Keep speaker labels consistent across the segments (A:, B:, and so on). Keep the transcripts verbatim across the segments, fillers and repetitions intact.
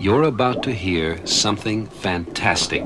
A: You're about to hear something fantastic.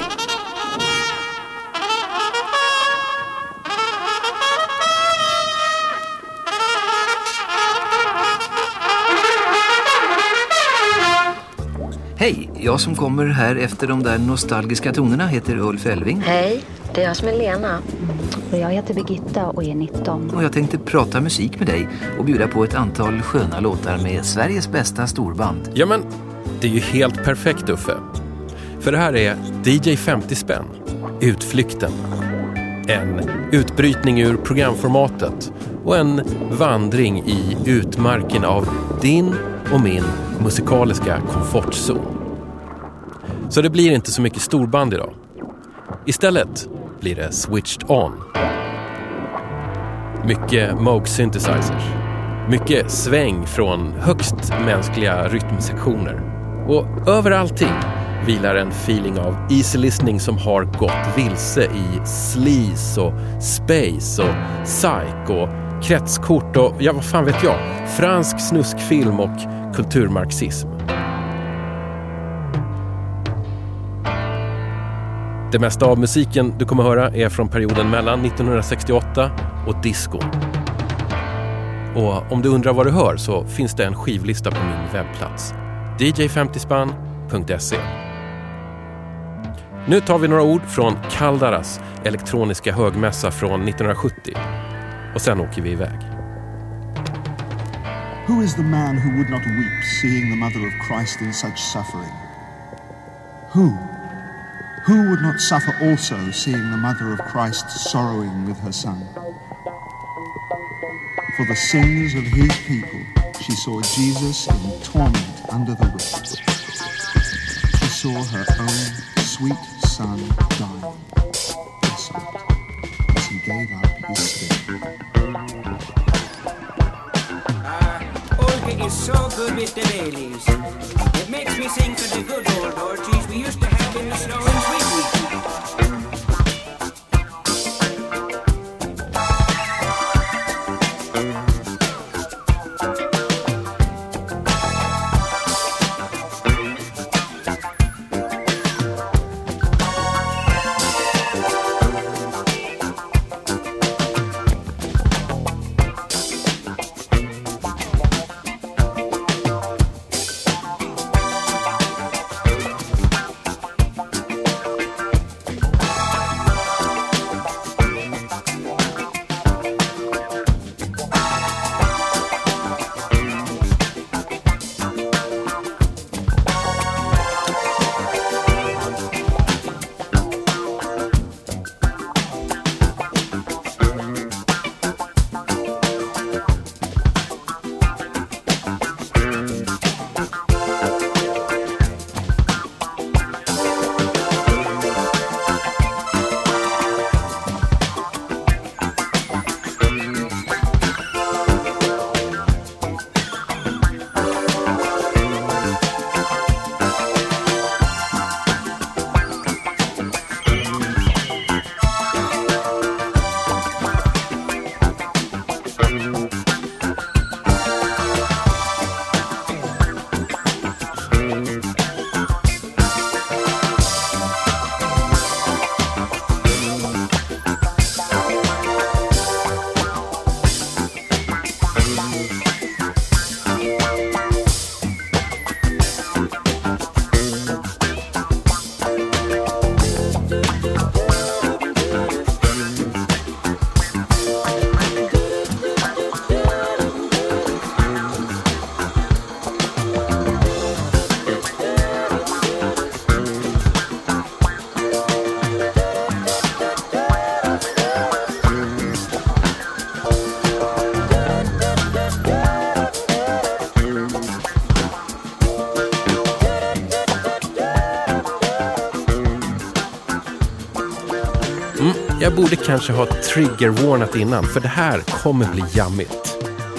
B: Hej, jag som kommer här efter de där nostalgiska tonerna heter Ulf Elving.
C: Hej, det är jag som är Lena.
D: Och jag heter Birgitta och är nitton.
B: Och jag tänkte prata musik med dig och bjuda på ett antal sköna låtar med Sveriges bästa storband.
E: Ja, men det är ju helt perfekt, Uffe. För det här är D J femtio spänn, Utflykten. En utbrytning ur programformatet och en vandring i utmarken av din och min musikaliska komfortzon. Så det blir inte så mycket storband idag. Istället blir det switched on. Mycket Moog synthesizers. Mycket sväng från högst mänskliga rytmsektioner. Och över allting vilar en feeling av easy listening som har gått vilse i sleaze och space och psych och kretskort och, ja vad fan vet jag, fransk snuskfilm och kulturmarxism. Det mesta av musiken du kommer höra är från perioden mellan nittonhundrasextioåtta och disco. Och om du undrar vad du hör så finns det en skivlista på min webbplats d j femtio spann punkt se. Nu tar vi några ord från Kaldaras elektroniska högmässa från nittonhundrasjuttio och sen åker vi iväg.
F: Who is the man who would not weep seeing the mother of Christ in such suffering? Who? Who would not suffer also seeing the mother of Christ sorrowing with her son? For the sins of his people she saw Jesus in torment under the whip. She saw her own sweet son dying, desolate, as he gave up his spirit.
G: Is so good with the bay leaves. It makes me sing for the good old orgies we used to have in the snow and sweet week.
E: Jag borde kanske ha triggervarnat innan, för det här kommer bli jammigt.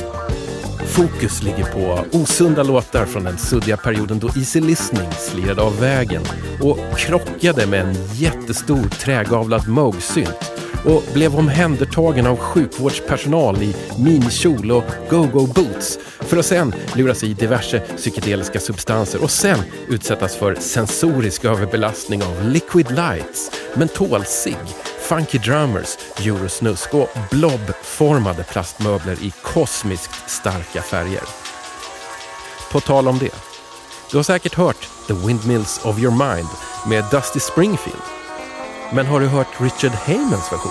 E: Fokus ligger på osunda låtar från den suddiga perioden då easy listening slirade av vägen och krockade med en jättestor trägavlad Moog-synt och blev omhändertagen av sjukvårdspersonal i minikjol och go-go boots för att sen luras i diverse psykedeliska substanser och sen utsättas för sensorisk överbelastning av liquid lights, mentolcigg, funky drummers, eurosnusk och blobformade plastmöbler i kosmiskt starka färger. På tal om det, du har säkert hört The Windmills of Your Mind med Dusty Springfield. Men har du hört Richard Haymans version?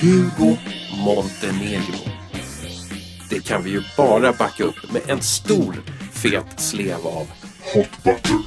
E: Hugo Montenegro. Det kan vi ju bara backa upp med en stor fet slev av hot butter.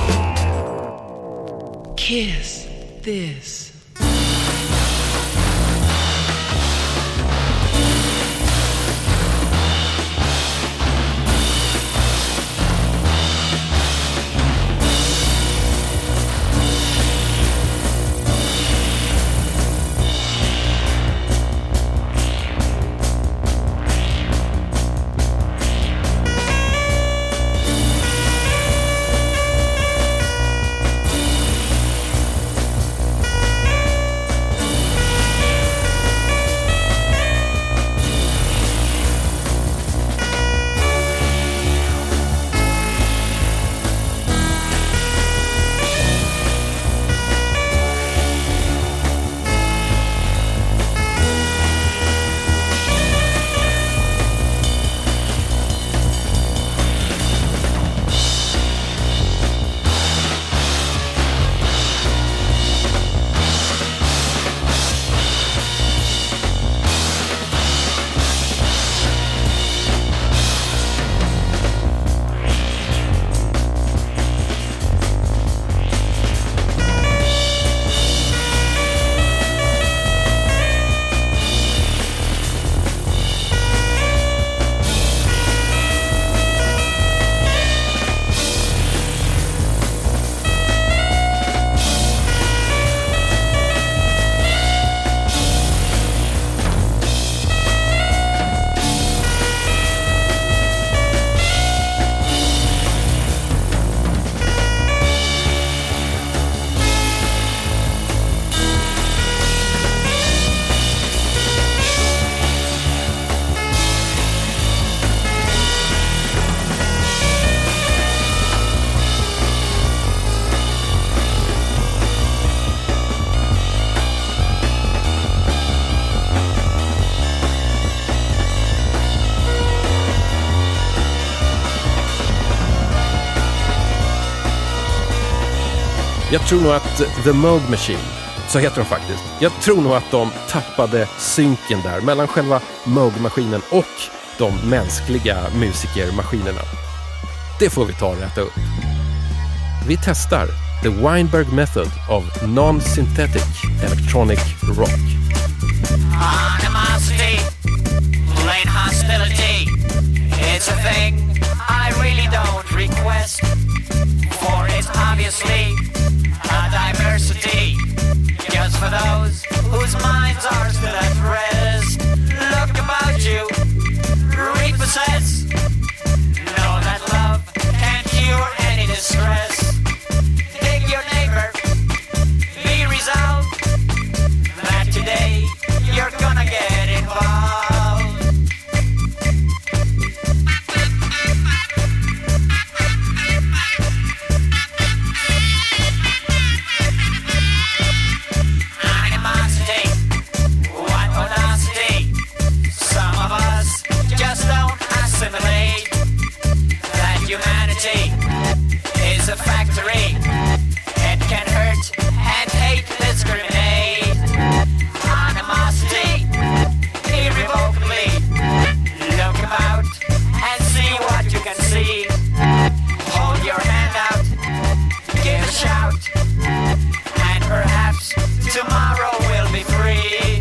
H: Kiss this.
E: Jag tror nog att The Moog Machine, så heter de faktiskt, jag tror nog att de tappade synken där mellan själva Moog-maskinen och de mänskliga musikermaskinerna. Det får vi ta och rätta upp. Vi testar The Weinberg Method of Non-Synthetic Electronic Rock.
G: Animosity, plain hostility. It's a thing I really don't request, for it's obviously a diversity, just for those whose minds are still at rest. Look about you, repossess. Know that love can't cure any distress. Dig your neighbor, be resolved that today you're gonna get involved. Animosity, what audacity. Some of us just don't assimilate that humanity is a factory. It can hurt and hate discriminate. Animosity, irrevocably. Look about and see what you can see. Hold your hand out, give a shout, and perhaps tomorrow will be free.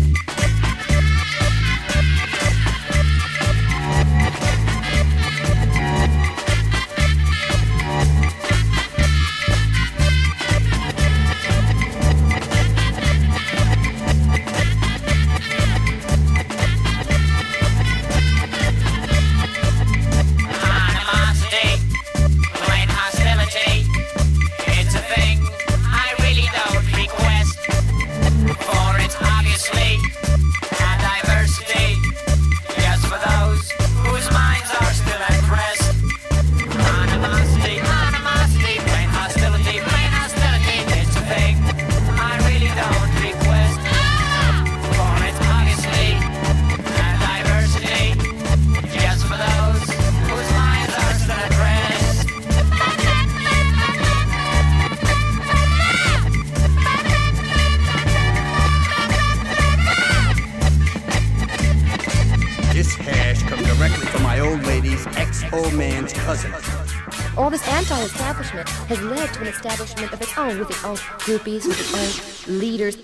G: Animosity, plain hostility. It's a thing I really don't request, for it's obviously a diversity, just for those whose minds are still at rest. Animosity, animosity, plain hostility, plain hostility. It's a thing I really don't request, for it's obviously a diversity, just for those whose minds are still at rest.
H: This hash comes directly from my old lady's ex-old man's cousin.
C: All this anti-establishment has led to an establishment of its own, with its own groupies, with its own leaders.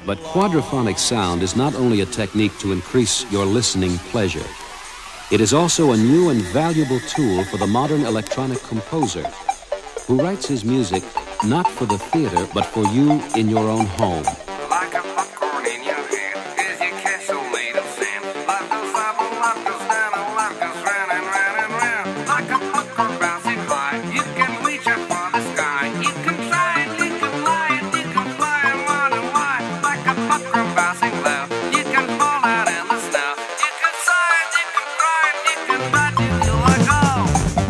A: But quadraphonic sound is not only a technique to increase your listening pleasure. It is also a new and valuable tool for the modern electronic composer who writes his music not for the theater but for you in your own home.
I: Like a popcorn in your hand, is your castle made of sand? Like those apple lockers down and lockers round and round and round. Like a popcorn bouncing high, you can reach up for the sky. You can try and you can lie and you can fly and wonder why. Like a popcorn bouncing low, you can fall out in the snow. You can sigh and you can cry and you can bite and you like oh.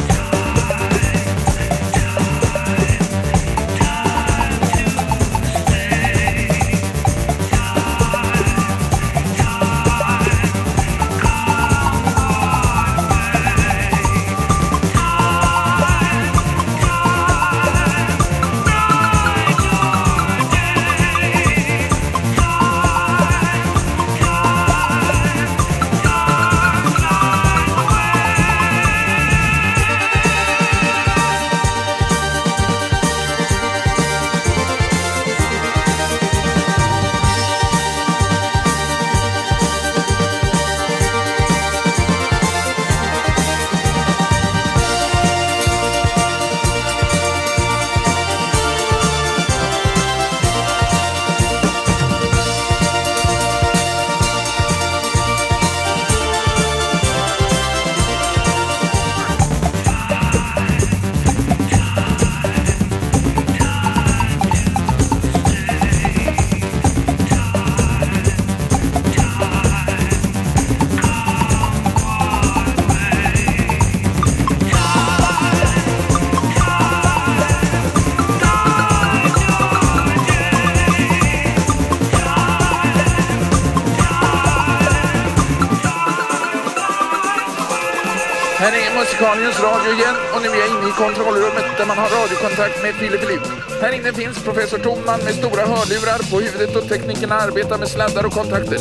J: Här är Musikaliens radio igen och nu är jag inne i kontrollrummet där man har radiokontakt med Fille Filip. Här inne finns professor Tomman med stora hörlurar på huvudet och teknikerna arbetar med sladdar och kontakter.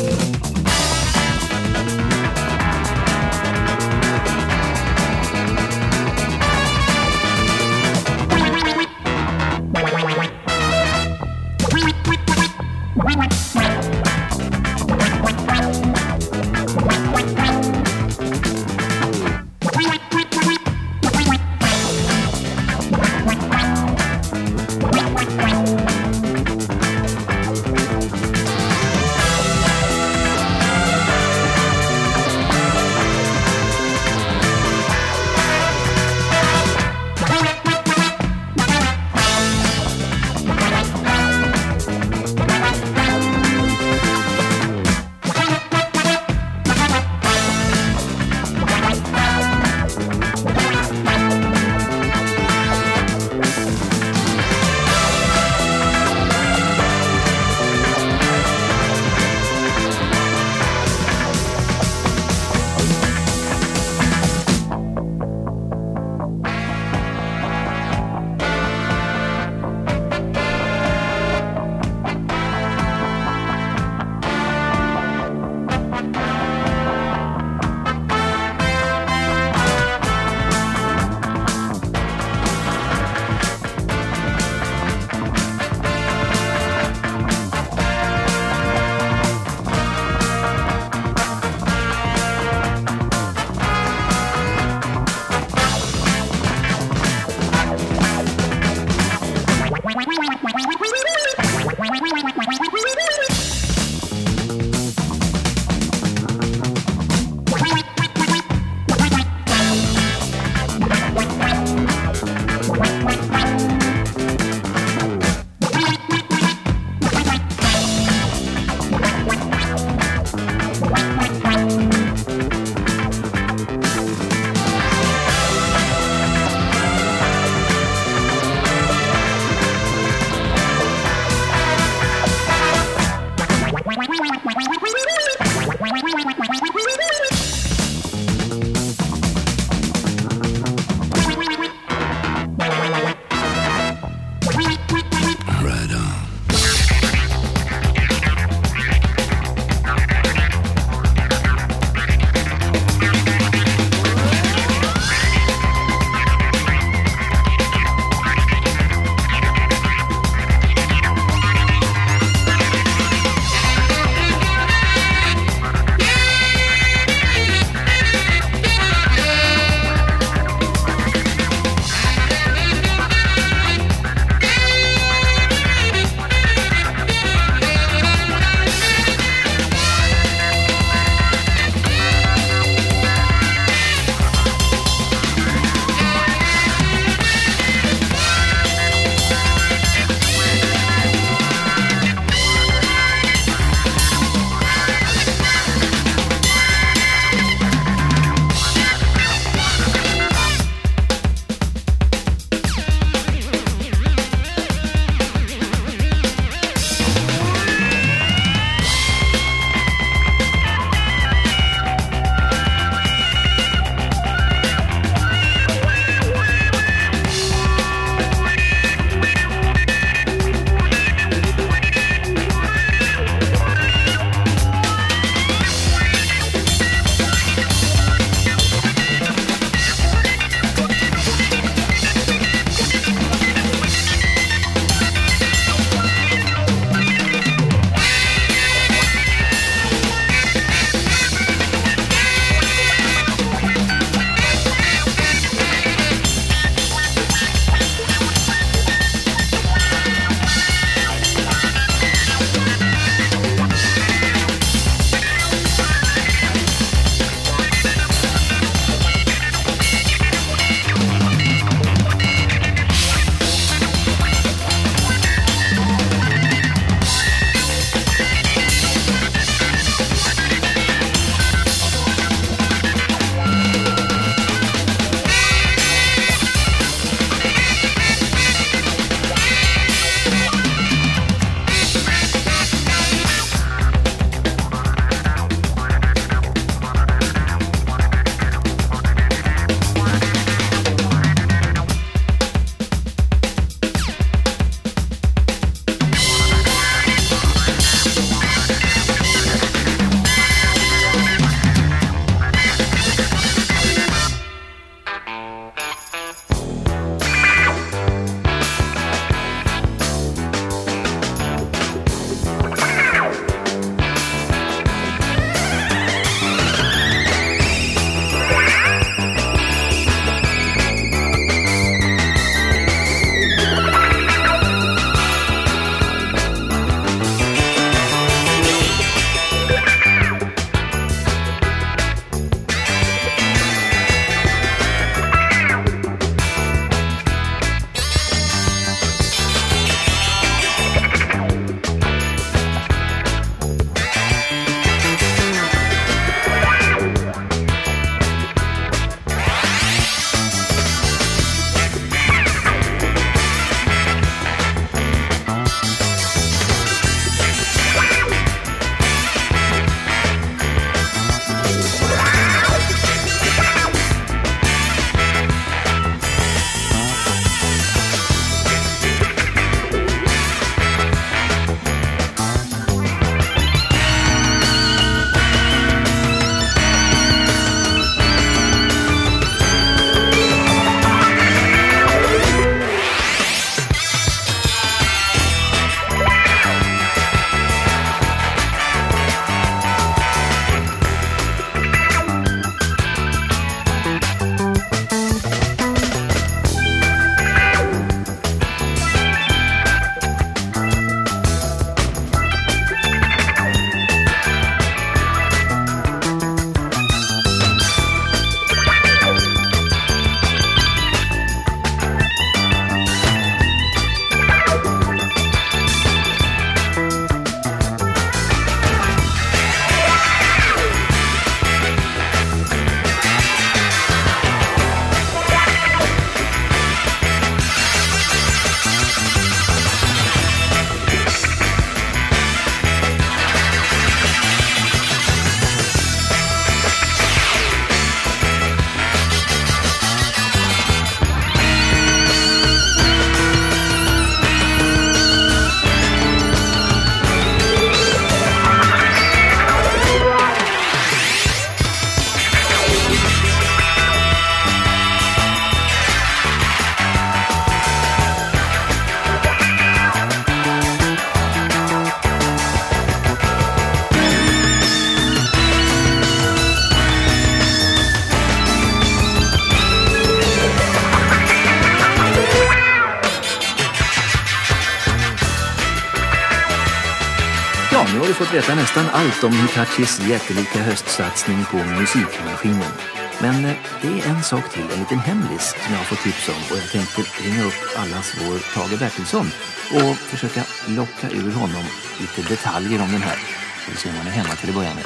B: har du fått veta nästan allt om Hitachis jättelika höstsatsning på musikmaskinen. Men eh, det är en sak till, en liten hemlis som jag har fått tips om. Och jag tänkte ringa upp allas vår Tage Bertilsson och försöka locka ur honom lite detaljer om den här. Vi ser om han är hemma till att börja med.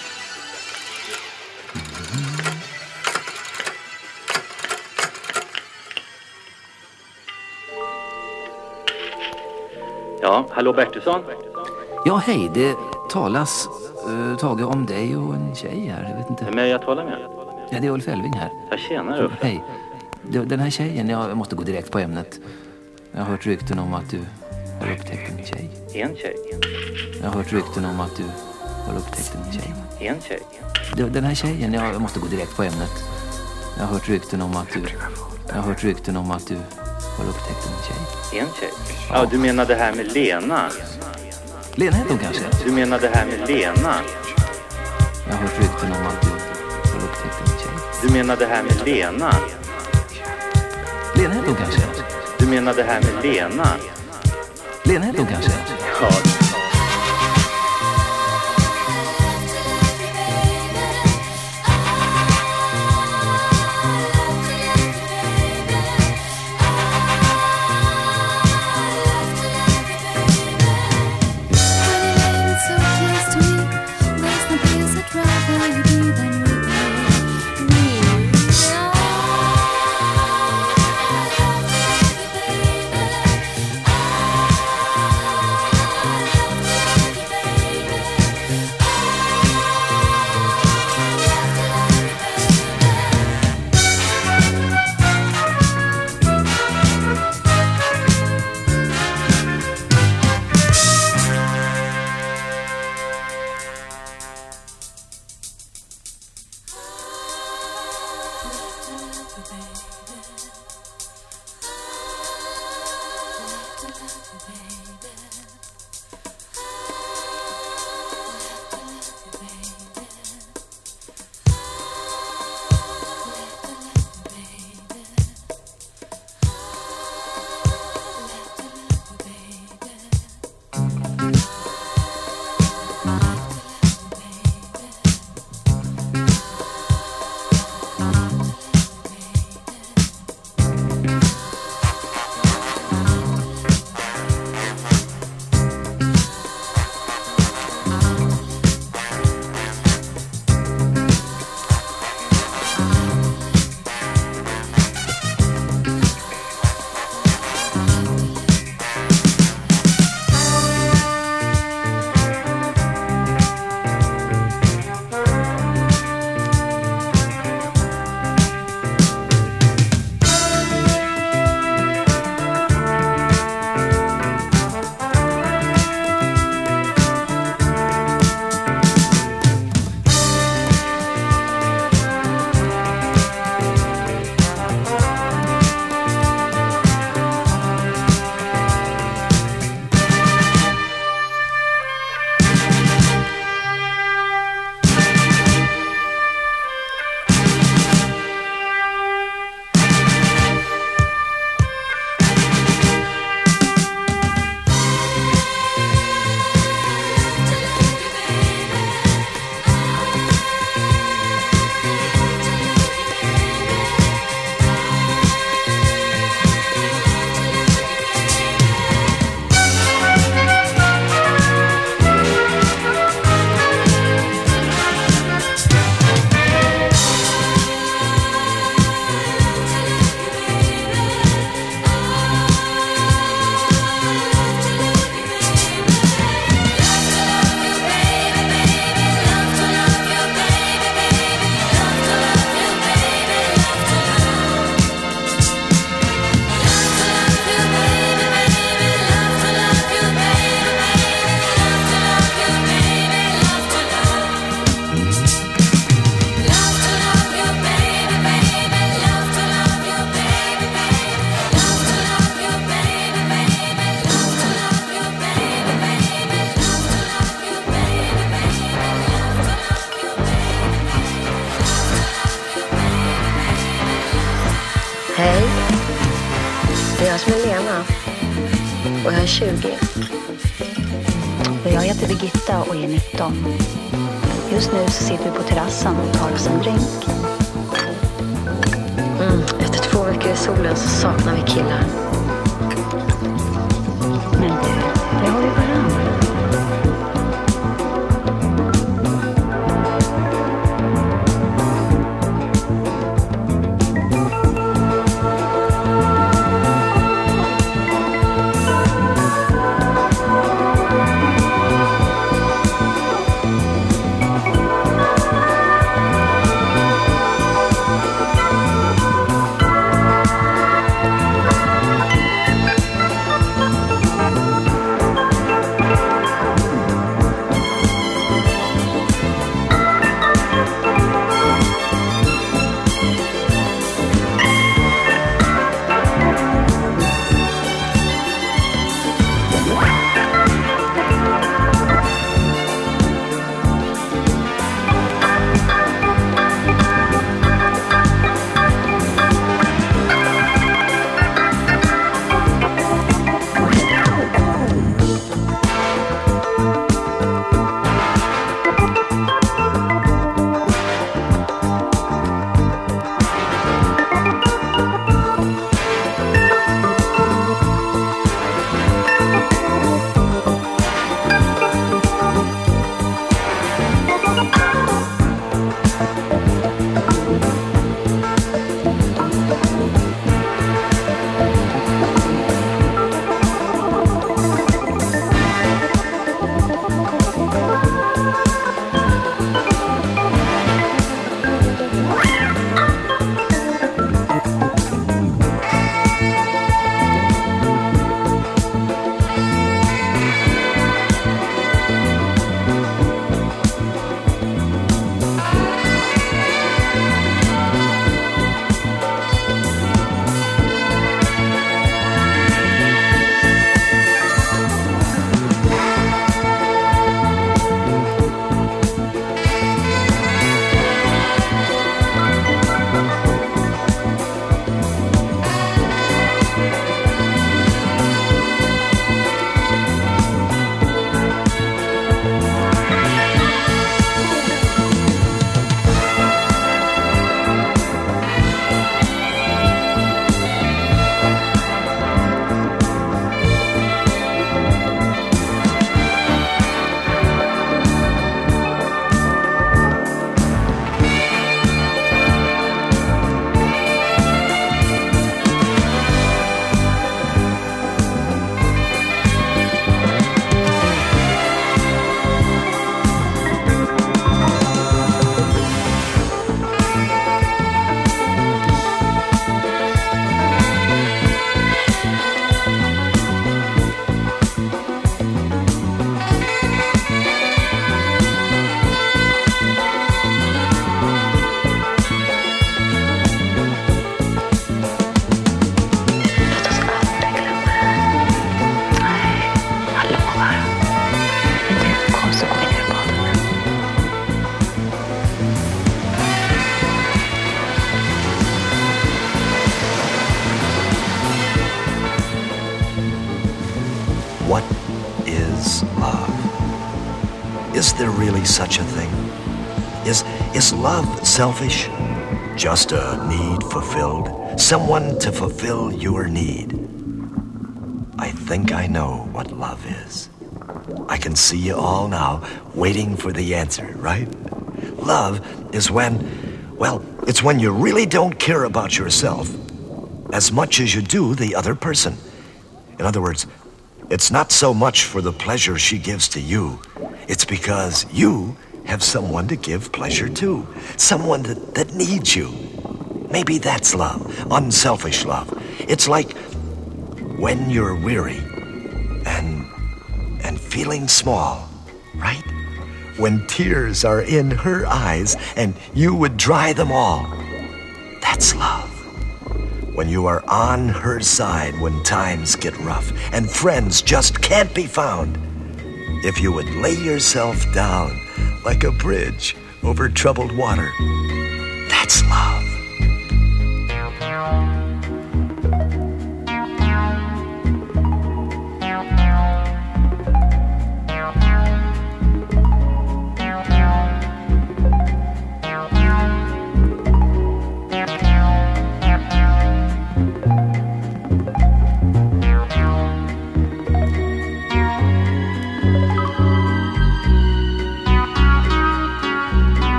K: Ja, hallå Bertilsson?
B: Ja, hej. Det talas uh, Tage om dig och en tjej här. Jag vet inte.
K: Vem är jag talar med?
B: Ja, det är Ulf Elving här.
K: Jag tjänar Ulf.
B: Hej. Den här tjejen, jag måste gå direkt på ämnet. Jag har hört rykten om att du har upptäckt en tjej.
K: En tjej?
B: Jag har hört rykten om att du har upptäckt en tjej.
K: En tjej?
B: Den här tjejen, jag måste gå direkt på ämnet. Jag har hört rykten om att du... Jag har hört rykten om att du har upptäckt en tjej.
K: En tjej? Ja, du menar det här med Lena?
B: Lena heter hon kanske?
K: Du menar det här med Lena?
B: Jag har hört rykten om att du har upptäckt en tjej.
K: Du menar det här med Lena?
B: Lena heter hon kanske?
K: Du menar det här med Lena?
B: Lena heter hon kanske?
K: Ja.
C: Hej, det är jag som är Lena och jag är tjugo.
D: Och jag heter Birgitta och är nitton. Just nu så sitter vi på terrassen och tar oss en drink.
C: Mm, efter två veckor i solen så saknar vi killar.
D: Men du, det har vi varandra.
L: What is love? Is there really such a thing? Is, is love selfish? Just a need fulfilled? Someone to fulfill your need? I think I know what love is. I can see you all now waiting for the answer, right? Love is when, well, it's when you really don't care about yourself as much as you do the other person. In other words, it's not so much for the pleasure she gives to you. It's because you have someone to give pleasure to. Someone that, that needs you. Maybe that's love. Unselfish love. It's like when you're weary and and feeling small, right? When tears are in her eyes and you would dry them all. That's love. When you are on her side when times get rough and friends just can't be found. If you would lay yourself down like a bridge over troubled water. That's love.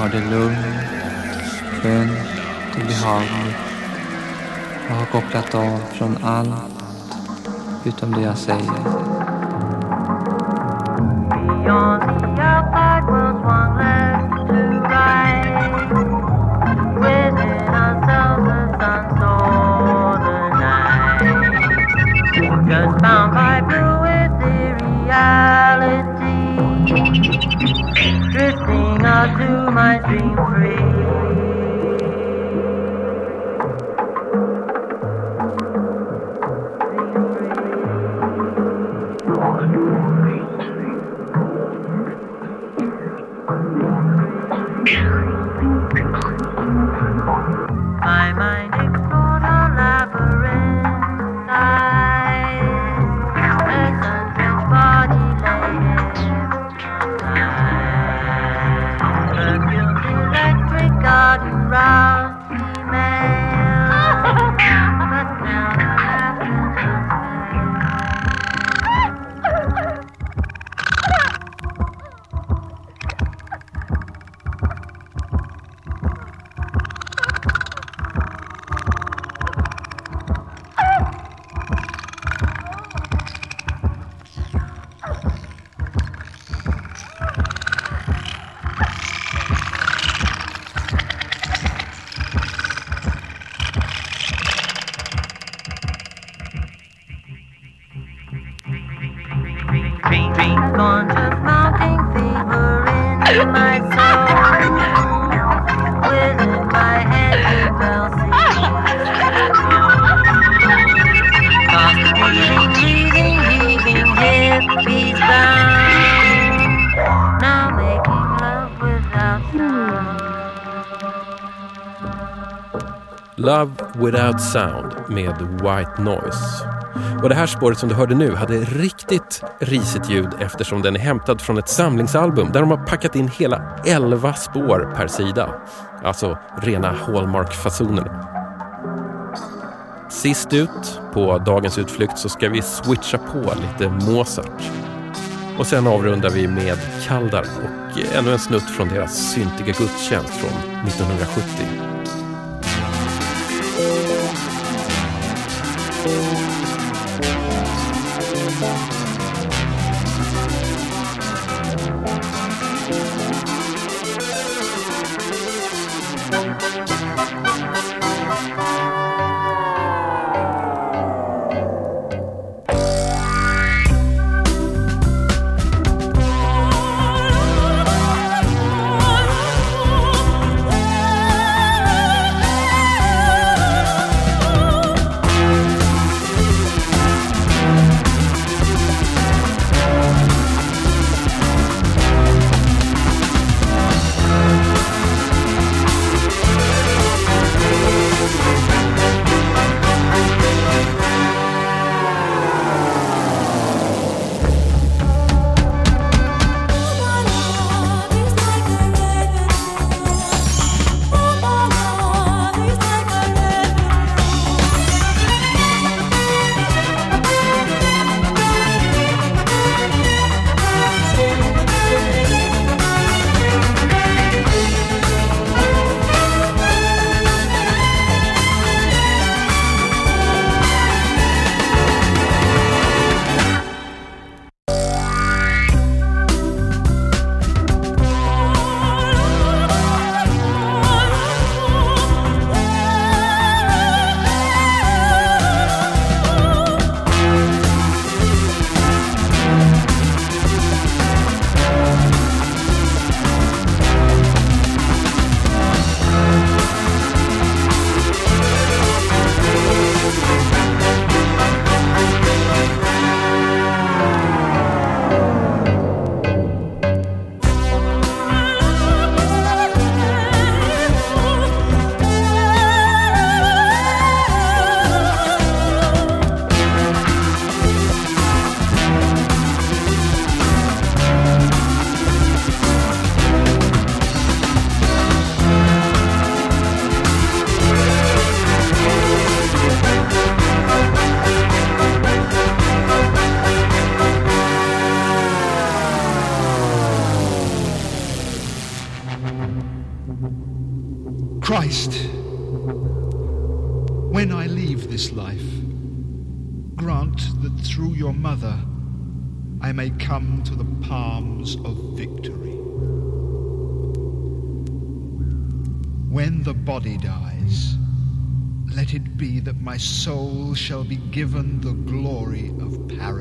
M: har det lugnt, skönt och behagligt. Jag har kopplat av från allt utom det jag säger.
N: Beyond the outside world swung left to right. Within ourselves the sun saw the night. Just bound by blue ethereality. Drifting out to my dream free. My mind explored a labyrinth eyes. A sun-drenched body lay perfumed electric garden roused female. But now the happens gone, just mounting fever in my soul. Within my head the bells sing. Breathing, heaving, hippies bound. Now making love without sound.
E: Love Without Sound med White Noise. Och det här spåret som du hörde nu hade riktigt risigt ljud eftersom den är hämtad från ett samlingsalbum där de har packat in hela elva spår per sida. Alltså rena Hallmark-fasonerna. Sist ut på dagens utflykt så ska vi switcha på lite Mozart. Och sen avrundar vi med Kaldar och ännu en snutt från deras syntiga gudstjänst från nittonhundrasjuttio.
F: Christ, when I leave this life, grant that through your mother I may come to the palms of victory. When the body dies, let it be that my soul shall be given the glory of paradise.